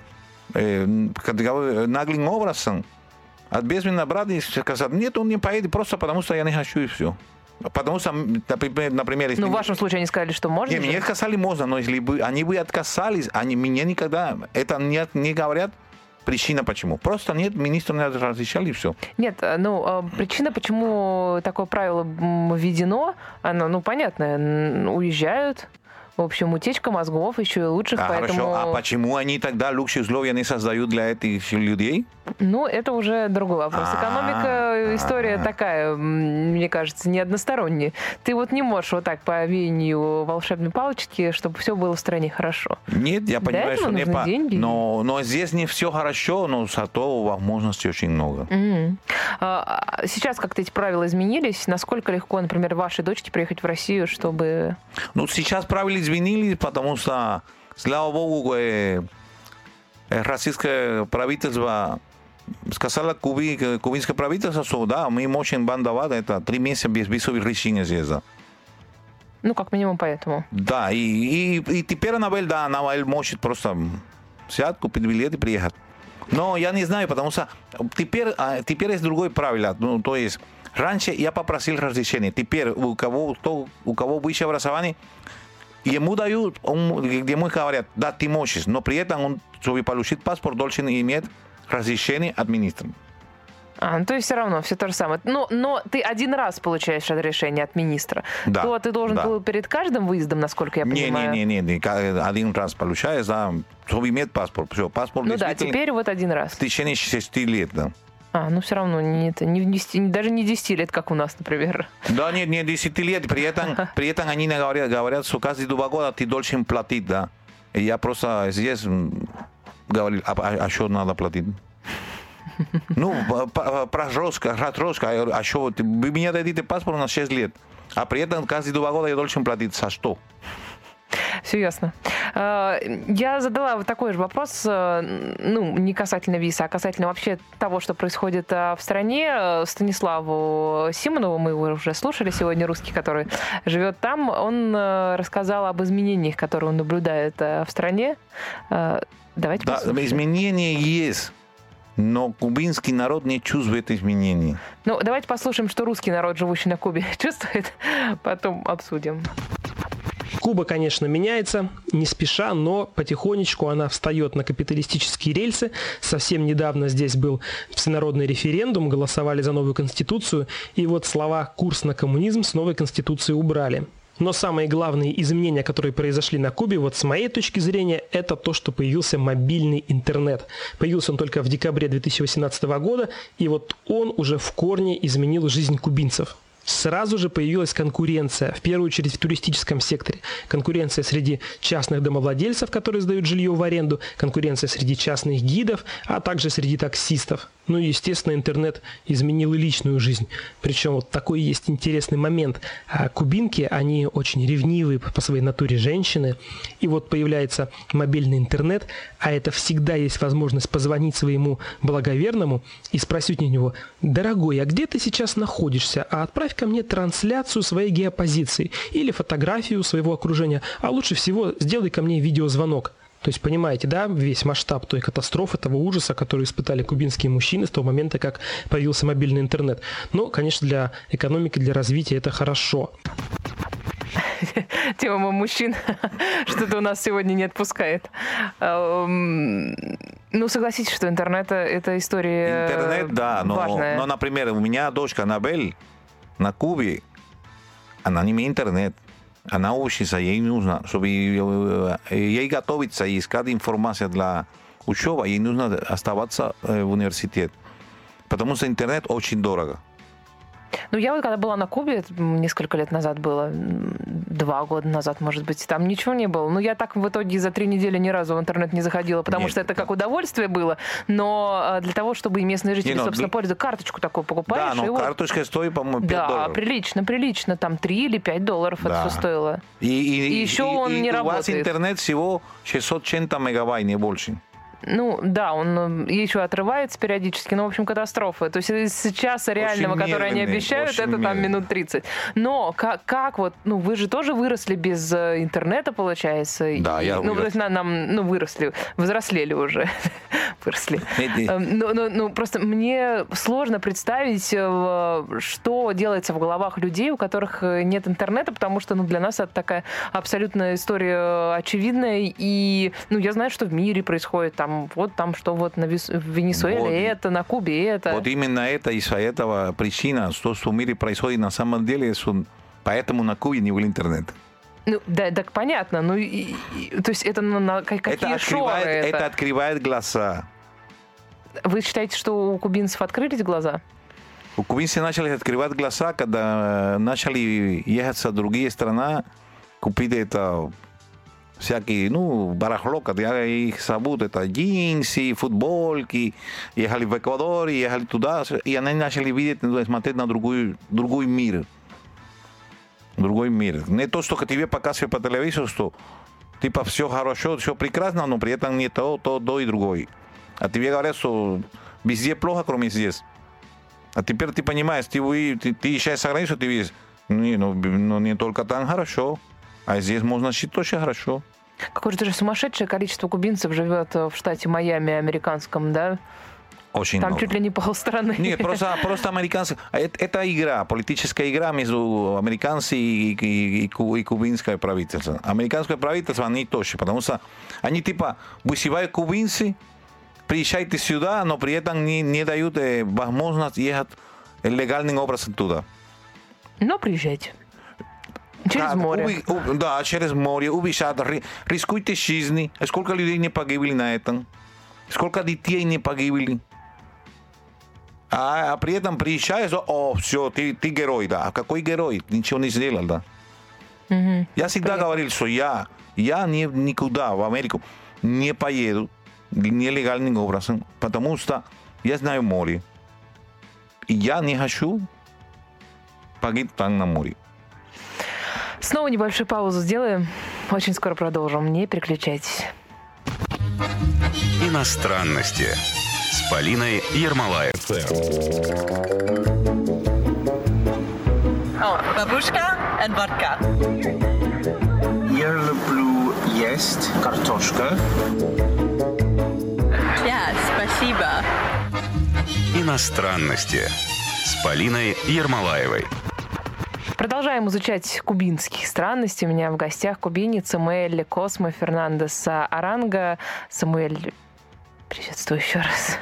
наглым образом отбезвенно брать и сказать, нет, он не поедет просто потому, что я не хочу, и все. Потому что, например... в вашем случае они сказали, что можно? Мне сказали, можно, но если бы они бы отказались, они мне никогда это не говорят, причина почему. Просто нет, министр не разрешал, и все. Нет, причина, почему такое правило введено, оно, понятно, уезжают. В общем, утечка мозгов еще и лучших, поэтому... Хорошо, а почему они тогда лучшие условия не создают для этих людей? Это уже другой вопрос. Экономика, история такая, мне кажется, не односторонняя. Ты не можешь вот так по веянию волшебной палочки, чтобы все было в стране хорошо. Нет, я понимаю, что нужны деньги. Но здесь не все хорошо, но зато возможностей очень много. Сейчас как-то эти правила изменились. Насколько легко, например, вашей дочке приехать в Россию, чтобы... Сейчас правила изменились, потому что, слава богу, российское правительство сказало кубинское правительство, что да, мы можем вам давать это 3 месяца без визовых решений здесь. Как минимум поэтому. Да, и теперь Анабель может просто взять, купить билет и приехать. Но я не знаю, потому что теперь есть другое правило. То есть, раньше я попросил разрешения. Теперь у кого высшее образование, ему дают, ему говорят, да, ты можешь, но при этом он, чтобы получить паспорт, должен иметь разрешение от министра. То есть все равно, все то же самое. Но ты один раз получаешь разрешение от министра. Да, то ты должен был перед каждым выездом, насколько я понимаю? Не. Один раз получаешь, да, чтобы иметь паспорт. Все, паспорт теперь один раз. В течение 6 лет, да. Все равно даже не 10 лет, как у нас, например. Да, нет, не 10 лет. При этом они говорят, что каждые 2 года ты должен платить, да. И я просто здесь говорил, а что надо платить? Просрочка, а что, вы мне дадите паспорт на 6 лет, а при этом каждые 2 года я должен платить за что? Все ясно. Я задала вот такой же вопрос, не касательно визы, а касательно вообще того, что происходит в стране. Станиславу Симонову, мы его уже слушали сегодня, русский, который живет там, он рассказал об изменениях, которые он наблюдает в стране. Давайте послушаем. Да, изменения есть, но кубинский народ не чувствует изменений. Ну, давайте послушаем, что русский народ, живущий на Кубе, чувствует, потом обсудим. Куба, конечно, меняется, не спеша, но потихонечку она встает на капиталистические рельсы. Совсем недавно здесь был всенародный референдум, голосовали за новую конституцию, и вот слова «курс на коммунизм» с новой конституции убрали. Но самые главные изменения, которые произошли на Кубе, вот с моей точки зрения, это то, что появился мобильный интернет. Появился он только в декабре 2018 года, и вот он уже в корне изменил жизнь кубинцев. Сразу же появилась конкуренция, в первую очередь в туристическом секторе. Конкуренция среди частных домовладельцев, которые сдают жилье в аренду, конкуренция среди частных гидов, а также среди таксистов. Ну и, естественно, интернет изменил и личную жизнь. Причем вот такой есть интересный момент. Кубинки, они очень ревнивые по своей натуре женщины. И вот появляется мобильный интернет, а это всегда есть возможность позвонить своему благоверному и спросить у него: «Дорогой, а где ты сейчас находишься? А отправь ко мне трансляцию своей геопозиции или фотографию своего окружения, а лучше всего сделай ко мне видеозвонок». То есть, понимаете, да, весь масштаб той катастрофы, того ужаса, который испытали кубинские мужчины с того момента, как появился мобильный интернет. Но, конечно, для экономики, для развития это хорошо. Тема мужчин что-то у нас сегодня не отпускает. Ну, согласитесь, что интернет — это история важная. Интернет, да, но, например, у меня дочка Анабель на Кубе, она не имеет интернет. Она учится, ей нужно, чтобы ей готовиться и искать информацию для учебы, ей нужно оставаться в университете. Потому что интернет очень дорого. Ну, я вот когда была на Кубе, несколько лет назад было, 2 года назад, может быть, там ничего не было. Ну, я так в итоге за 3 недели ни разу в интернет не заходила, потому что это как удовольствие было. Но для того, чтобы и местные жители, собственно, пользуются, карточку такую покупаешь. Да, но карточка стоит, по-моему, $5. Да, прилично. Там 3 или $5 это все стоило. И еще он не работает. У вас интернет всего 680 мегабайт, не больше. Ну, да, он еще отрывается периодически, но, в общем, катастрофа. То есть с часа реального, который они обещают, это там минут 30. Но как вот, ну, вы же тоже выросли без интернета, получается? Да, я вырос. Ну, то есть нам выросли, взрослели уже. Выросли. Ну, просто мне сложно представить, что делается в головах людей, у которых нет интернета, потому что, ну, для нас это такая абсолютная история очевидная. И, ну, я знаю, что в мире происходит там, вот там, что вот в Венесуэле вот, это, на Кубе это. Вот именно это, из-за этого причина, что в мире происходит на самом деле, поэтому на Кубе не был интернет. Ну, да, так понятно. Ну, то есть это какие шоры это? Это открывает глаза. Вы считаете, что у кубинцев открылись глаза? У кубинцев начали открывать глаза, когда начали ехать в другие страны, купить это... всякие, ну, барахло, как их зовут, это джинсы, футболки, ехали в Эквадор, ехали туда, и они начали видеть, смотреть на другой мир. Другой мир. Не то, что тебе показывают по телевизору, что типа все хорошо, все прекрасно, но при этом не то и другое. А тебе говорят, что везде плохо, кроме здесь. А теперь ты понимаешь, ты езжаешь за границу, ты видишь, не только там хорошо. А здесь можно жить очень хорошо. Какое же сумасшедшее количество кубинцев живет в штате Майами американском, да? Очень Там много. чуть ли не полстраны. Нет, просто американцы. Это игра, политическая игра между американцами и кубинское правительство. Американское правительство, они тоже, потому что они типа вызывают кубинцы, приезжайте сюда, но при этом не дают возможность ехать легальным образом туда. Но приезжайте. Через море. Да, через море, убежать, рискуйте жизни. Сколько людей не погибли на этом? Сколько детей не погибли? А при этом приезжаешь, все, ты герой, да. А какой герой? Ничего не сделал, да. Угу. Я всегда говорил, что я никуда в Америку не поеду нелегальным образом, потому что я знаю море. И я не хочу погибнуть там на море. Снова небольшую паузу сделаем. Очень скоро продолжим. Не переключайтесь. Иностранности с Полиной Ермолаевой. Бабушка and водка. Я люблю есть картошка. Ja, спасибо. Иностранности с Полиной Ермолаевой. Продолжаем изучать кубинские странности. У меня в гостях кубинец Самуэль Космо Фернандес Аранга. Самуэль, приветствую еще раз.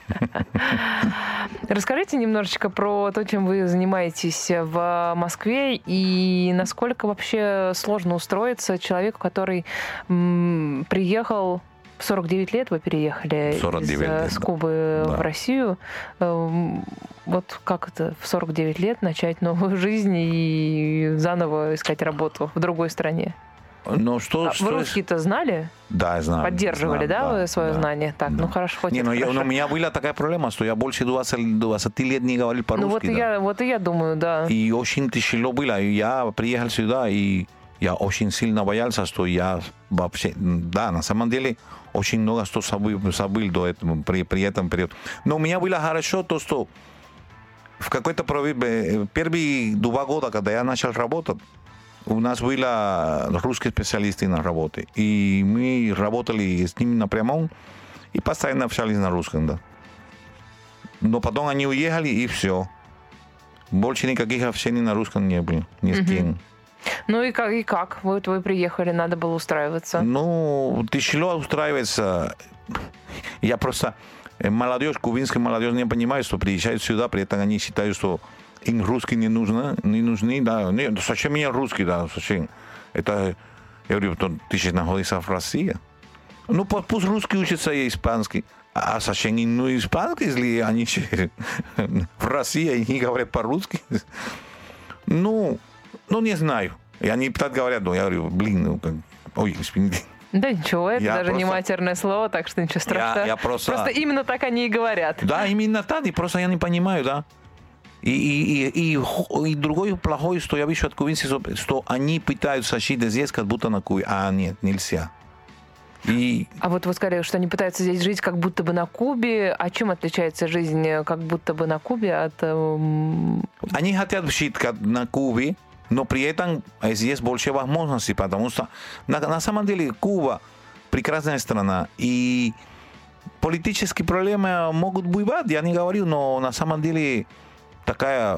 Расскажите немножечко про то, чем вы занимаетесь в Москве и насколько вообще сложно устроиться человеку, который приехал... 49 лет вы переехали с Кубы в Россию. Вот как это в 49 лет начать новую жизнь и заново искать работу в другой стране? Но что, вы русский-то знали? Да, я знаю. Поддерживали, знаю, вы свое знание? Так, ну хорошо, хоть у меня была такая проблема, что я больше 20 лет не говорил по-русски. Ну вот и я думаю, да. И очень тяжело было. Я приехал сюда, и я очень сильно боялся, что я вообще... Да, на самом деле, очень много что забыл до этого, при этом периоде. Но у меня было хорошо то, что в какой-то первые 2 года, когда я начал работать, у нас были русские специалисты на работе. И мы работали с ними напрямую и постоянно общались на русском, да. Но потом они уехали, и все. Больше никаких общений на русском не было, ни с кем. Ну и как? Вот вы приехали, надо было устраиваться. Ну, тяжело устраиваться. Я просто... Молодежь, кубинская молодежь не понимает, что приезжают сюда, при этом они считают, что им русские не нужны, да. Нет, зачем мне русский, да, зачем? Это, я говорю, ты же находишься в России. Ну, пусть русский учатся и испанский. А зачем им испанский, если они в России и не говорят по-русски? Ну, не знаю. И они так говорят, но я говорю, ой, извините. Да ничего, это даже не матерное слово, так что ничего страшного. Просто именно так они и говорят. Да, именно так, и просто я не понимаю, да. И другое плохое, что я вижу от кубинцев, что они пытаются жить здесь, как будто на Кубе. А нет, нельзя. А вот вы сказали, что они пытаются здесь жить как будто бы на Кубе. А чем отличается жизнь как будто бы на Кубе от... Они хотят жить как на Кубе, но при этом есть больше возможностей, потому что на самом деле Куба прекрасная страна, и политические проблемы могут бывать, я не говорю, но на самом деле такая,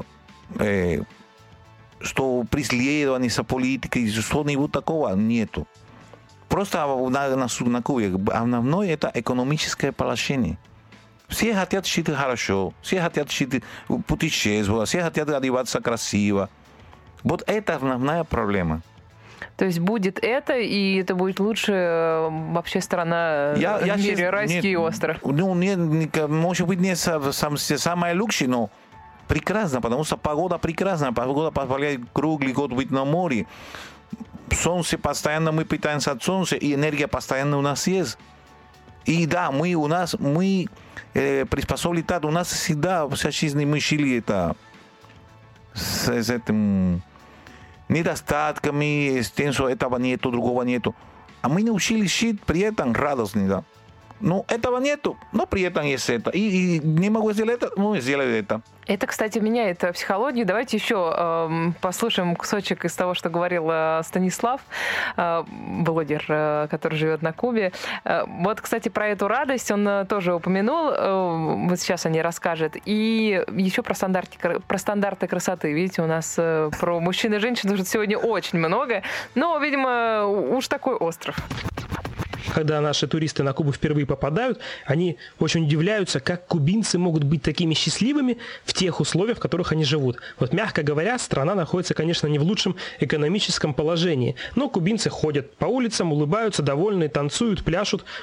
что преследование за политикой, что-нибудь такого нету. Просто на Кубе основное это экономическое положение. Все хотят жить хорошо, все хотят жить путешествовать, все хотят одеваться красиво. Вот это основная проблема. То есть будет это, и это будет лучше вообще страна в мире, райский остров? Ну, может быть, не самое лучшее, но прекрасно, потому что погода прекрасная, погода позволяет круглый год быть на море. Солнце постоянно, мы питаемся от солнца, и энергия постоянно у нас есть. И да, мы приспособили так, у нас всегда вся жизнь мы жили это с этим недостатками, с тем, что этого нету, другого нету. А мы научились жить при этом радостно, да. Ну, этого нету, но при этом есть это. И не могу сделать это, ну, сделаю это. Это, кстати, меняет психологию. Давайте еще послушаем кусочек из того, что говорил Станислав, блогер, который живет на Кубе. Вот, кстати, про эту радость он тоже упомянул. Вот сейчас о ней расскажет. И еще про стандарты красоты. Видите, у нас про мужчин и женщин уже сегодня очень много. Но, видимо, уж такой остров. Когда наши туристы на Кубу впервые попадают, они очень удивляются, как кубинцы могут быть такими счастливыми в тех условиях, в которых они живут. Вот, мягко говоря, страна находится, конечно, не в лучшем экономическом положении. Но кубинцы ходят по улицам, улыбаются, довольны, танцуют, пляшут. Вот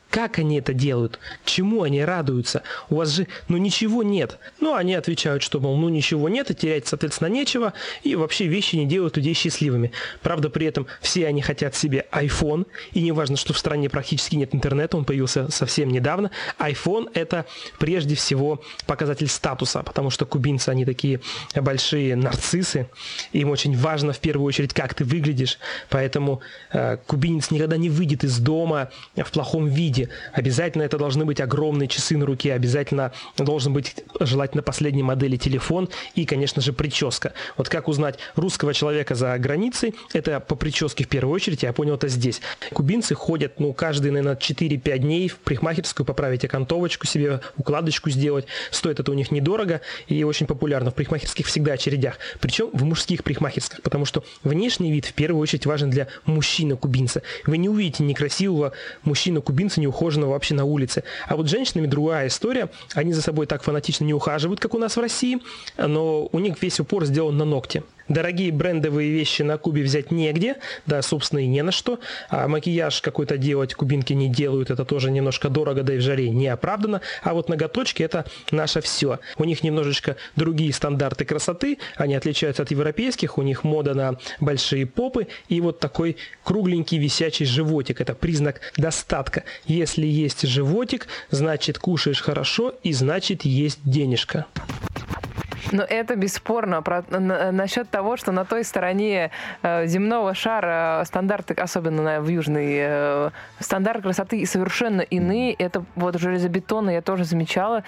Как они это делают? Чему они радуются? У вас же, ничего нет. Они отвечают, что, мол, ничего нет, и терять, соответственно, нечего, и вообще вещи не делают людей счастливыми. Правда, при этом все они хотят себе iPhone, и неважно, что в стране практически нет интернета, он появился совсем недавно. iPhone – это прежде всего показатель статуса, потому что кубинцы, они такие большие нарциссы, им очень важно в первую очередь, как ты выглядишь, поэтому кубинец никогда не выйдет из дома в плохом виде. Обязательно это должны быть огромные часы на руке, обязательно должен быть желательно последней модели телефон и, конечно же, прическа. Вот как узнать русского человека за границей, это по прическе в первую очередь, я понял это здесь. Кубинцы ходят, каждые, наверное, 4-5 дней в парикмахерскую поправить окантовочку себе, укладочку сделать. Стоит это у них недорого и очень популярно. В парикмахерских всегда очередях. Причем в мужских парикмахерских, потому что внешний вид в первую очередь важен для мужчины-кубинца. Вы не увидите некрасивого мужчину-кубинца, неухоженного вообще на улице. А вот с женщинами другая история. Они за собой так фанатично не ухаживают, как у нас в России, но у них весь упор сделан на ногти. Дорогие брендовые вещи на Кубе взять негде, да, собственно, и не на что. А макияж какой-то делать кубинки не делают, это тоже немножко дорого, да и в жаре не оправдано. А вот ноготочки – это наше все. У них немножечко другие стандарты красоты, они отличаются от европейских, у них мода на большие попы и вот такой кругленький висячий животик. Это признак достатка. Если есть животик, значит кушаешь хорошо и значит есть денежка. Но это бесспорно. Насчет того, что на той стороне земного шара стандарты, особенно в южной, стандарты красоты совершенно иные. Это вот железобетонно я тоже замечала.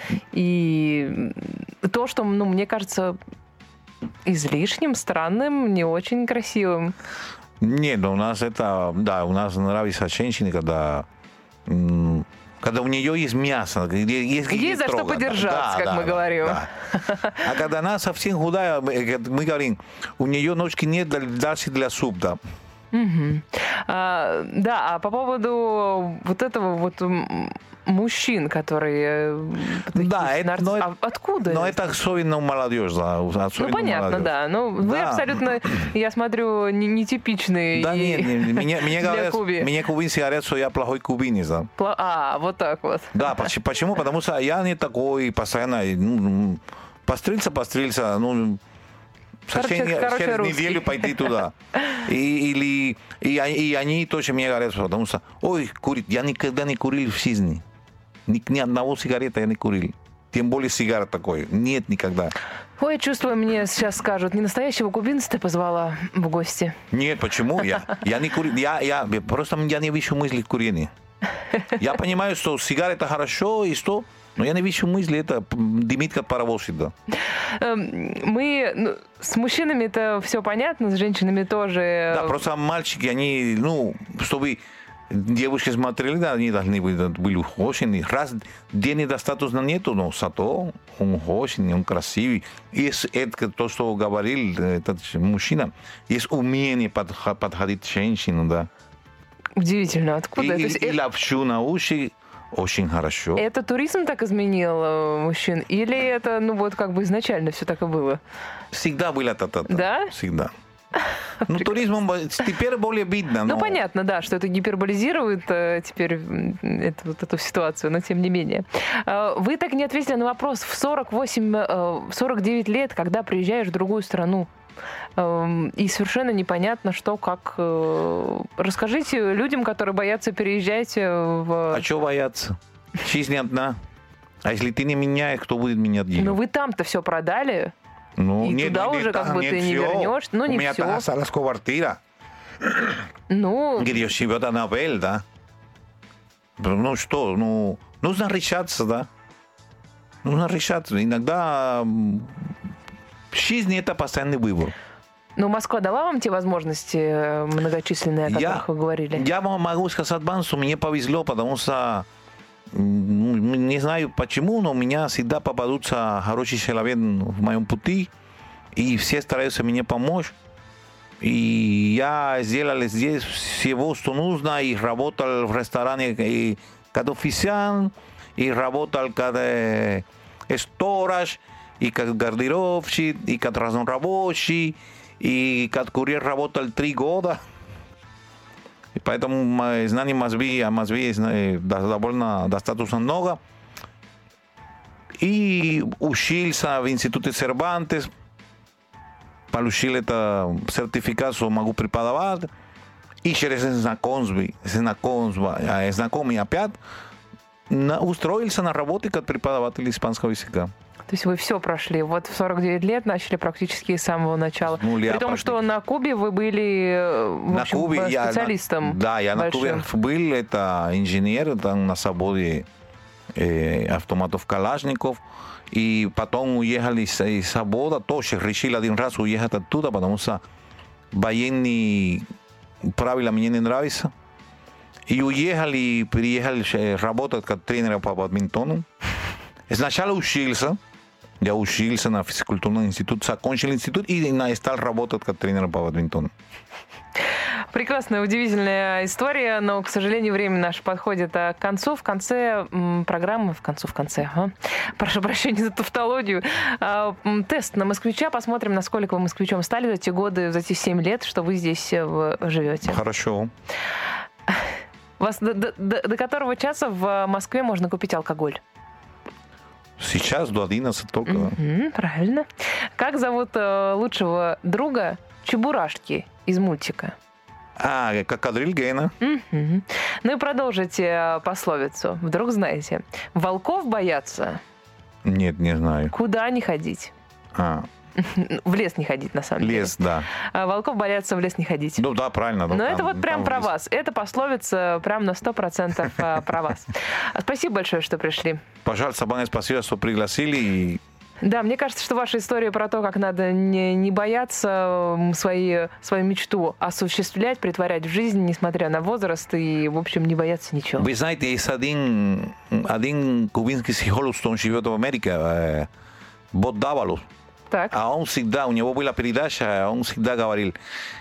И то, что, мне кажется, излишним, странным, не очень красивым. Нет, у нас это... Да, у нас нравится женщине, когда у нее есть мясо, есть за что подержаться, как мы говорим. Да. А когда она совсем худая, мы говорим, у нее ножки нет дальше для супа. Угу. А по поводу вот этого вот мужчин, которые... Да, это, откуда? Но это особенно молодежь. Да, понятно, молодежь. Да. Вы абсолютно, я смотрю, нетипичный. Да, нет, мне кубинцы говорят, что я плохой кубинец. Да. Вот так вот. Да, почему? Потому что я не такой постоянно... Пострелься, через неделю пойти туда. И они тоже мне говорят, потому что, курить, я никогда не курил в жизни. Ни одного сигарета я не курил. Тем более сигара такой. Нет, никогда. Чувствую, мне сейчас скажут, не настоящего кубинца ты позвала в гости? Нет, почему? Я не курил. Просто я не вижу мысли в курении. Я понимаю, что сигара это хорошо, и что... Но я не вижу мысли, это дымит как паровоз всегда. С мужчинами это все понятно, с женщинами тоже. Да, просто мальчики, они, чтобы девушки смотрели, да, они должны быть ухоженные. Раз денег достаточно нету, но зато он ухоженный, он красивый. Есть это то, что говорил этот мужчина, есть умение подходить к женщине, да. Удивительно, откуда это? И лапшу на уши. Очень хорошо. Это туризм так изменил мужчин? Или это, изначально все так и было? Всегда было это. Да? Всегда. Туризмом теперь более видно. Понятно, да, что это гиперболизирует теперь эту ситуацию, но тем не менее. Вы так и не ответили на вопрос. В 49 лет, когда приезжаешь в другую страну, и совершенно непонятно, что, как. Расскажите людям, которые боятся переезжать в... А что бояться? Жизнь одна. А если ты не меняешь, кто будет менять ее? Но вы там-то все продали. И туда уже как бы ты не вернешь. У меня там осталась квартира. Где живет Анабель, да? Нужно решаться, да? Нужно решаться. Иногда... В жизни это постоянный выбор. Но Москва дала вам те возможности многочисленные, о которых вы говорили? Я могу сказать вам, что мне повезло, потому что не знаю почему, но у меня всегда попадутся хороший человек в моем пути, и все стараются мне помочь. И я сделал здесь всего, что нужно, и работал в ресторане и как официант, и работал как сторож, и как гардеробщик, и как разнорабочий, и как курьер работал 3 года. И поэтому знаний о Москве довольно достаточно много. И учился в институте Сервантес, получил это сертификат, что могу преподавать. И через знакомые опять устроился на работу как преподаватель испанского языка. То есть вы все прошли. Вот в 49 лет начали практически с самого начала. При том, что на Кубе вы были, в общем, специалистом. Я на Кубе был, это инженер там, на заводе автоматов Калашников. И потом уехали из завода, тоже решили один раз уехать оттуда, потому что военные правила мне не нравятся. И уехали, и приехали работать как тренер по бадминтону. Сначала учился. Я учился на физкультурном институте, закончил институт и стал работать как тренер по бадминтону. Прекрасная, удивительная история, но, к сожалению, время наше подходит к концу. В конце программы, прошу прощения за тавтологию, тест на москвича. Посмотрим, насколько вы москвичом стали за те годы, за те 7 лет, что вы здесь живете. Хорошо. До которого часа в Москве можно купить алкоголь? Сейчас до 11 только. Правильно. Как зовут лучшего друга Чебурашки из мультика? Как Кадриль Гейна. Ну и продолжите пословицу. Вдруг знаете. Волков боятся? Нет, не знаю. Куда не ходить? В лес не ходить, на самом деле. Лес, да. Волков боятся в лес не ходить. Ну да, правильно. Но это вот прям про вас. Это пословица прям на 100% про вас. Спасибо большое, что пришли. Пожалуйста, Баня, спасибо, что пригласили. Да, мне кажется, что ваша история про то, как надо не бояться свою мечту осуществлять, притворять в жизнь, несмотря на возраст, и, в общем, не бояться ничего. Вы знаете, есть один кубинский психолог, что он живет в Америке, Бот Давалус. Так. А он всегда, у него была передача, он всегда говорил,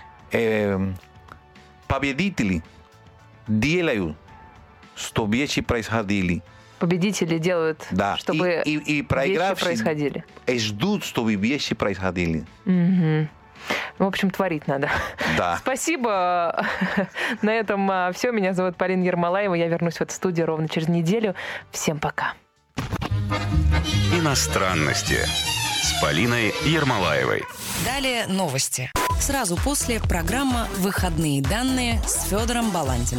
победители делают, что вещи происходили. Победители делают, да. чтобы и вещи происходили. Ждут, чтобы вещи происходили. В общем, творить надо. Да. Спасибо. На этом все. Меня зовут Полина Ермолаева. Я вернусь в эту студию ровно через неделю. Всем пока. Иностранности с Полиной Ермолаевой. Далее новости. Сразу после программа «Выходные данные» с Федором Баландиным.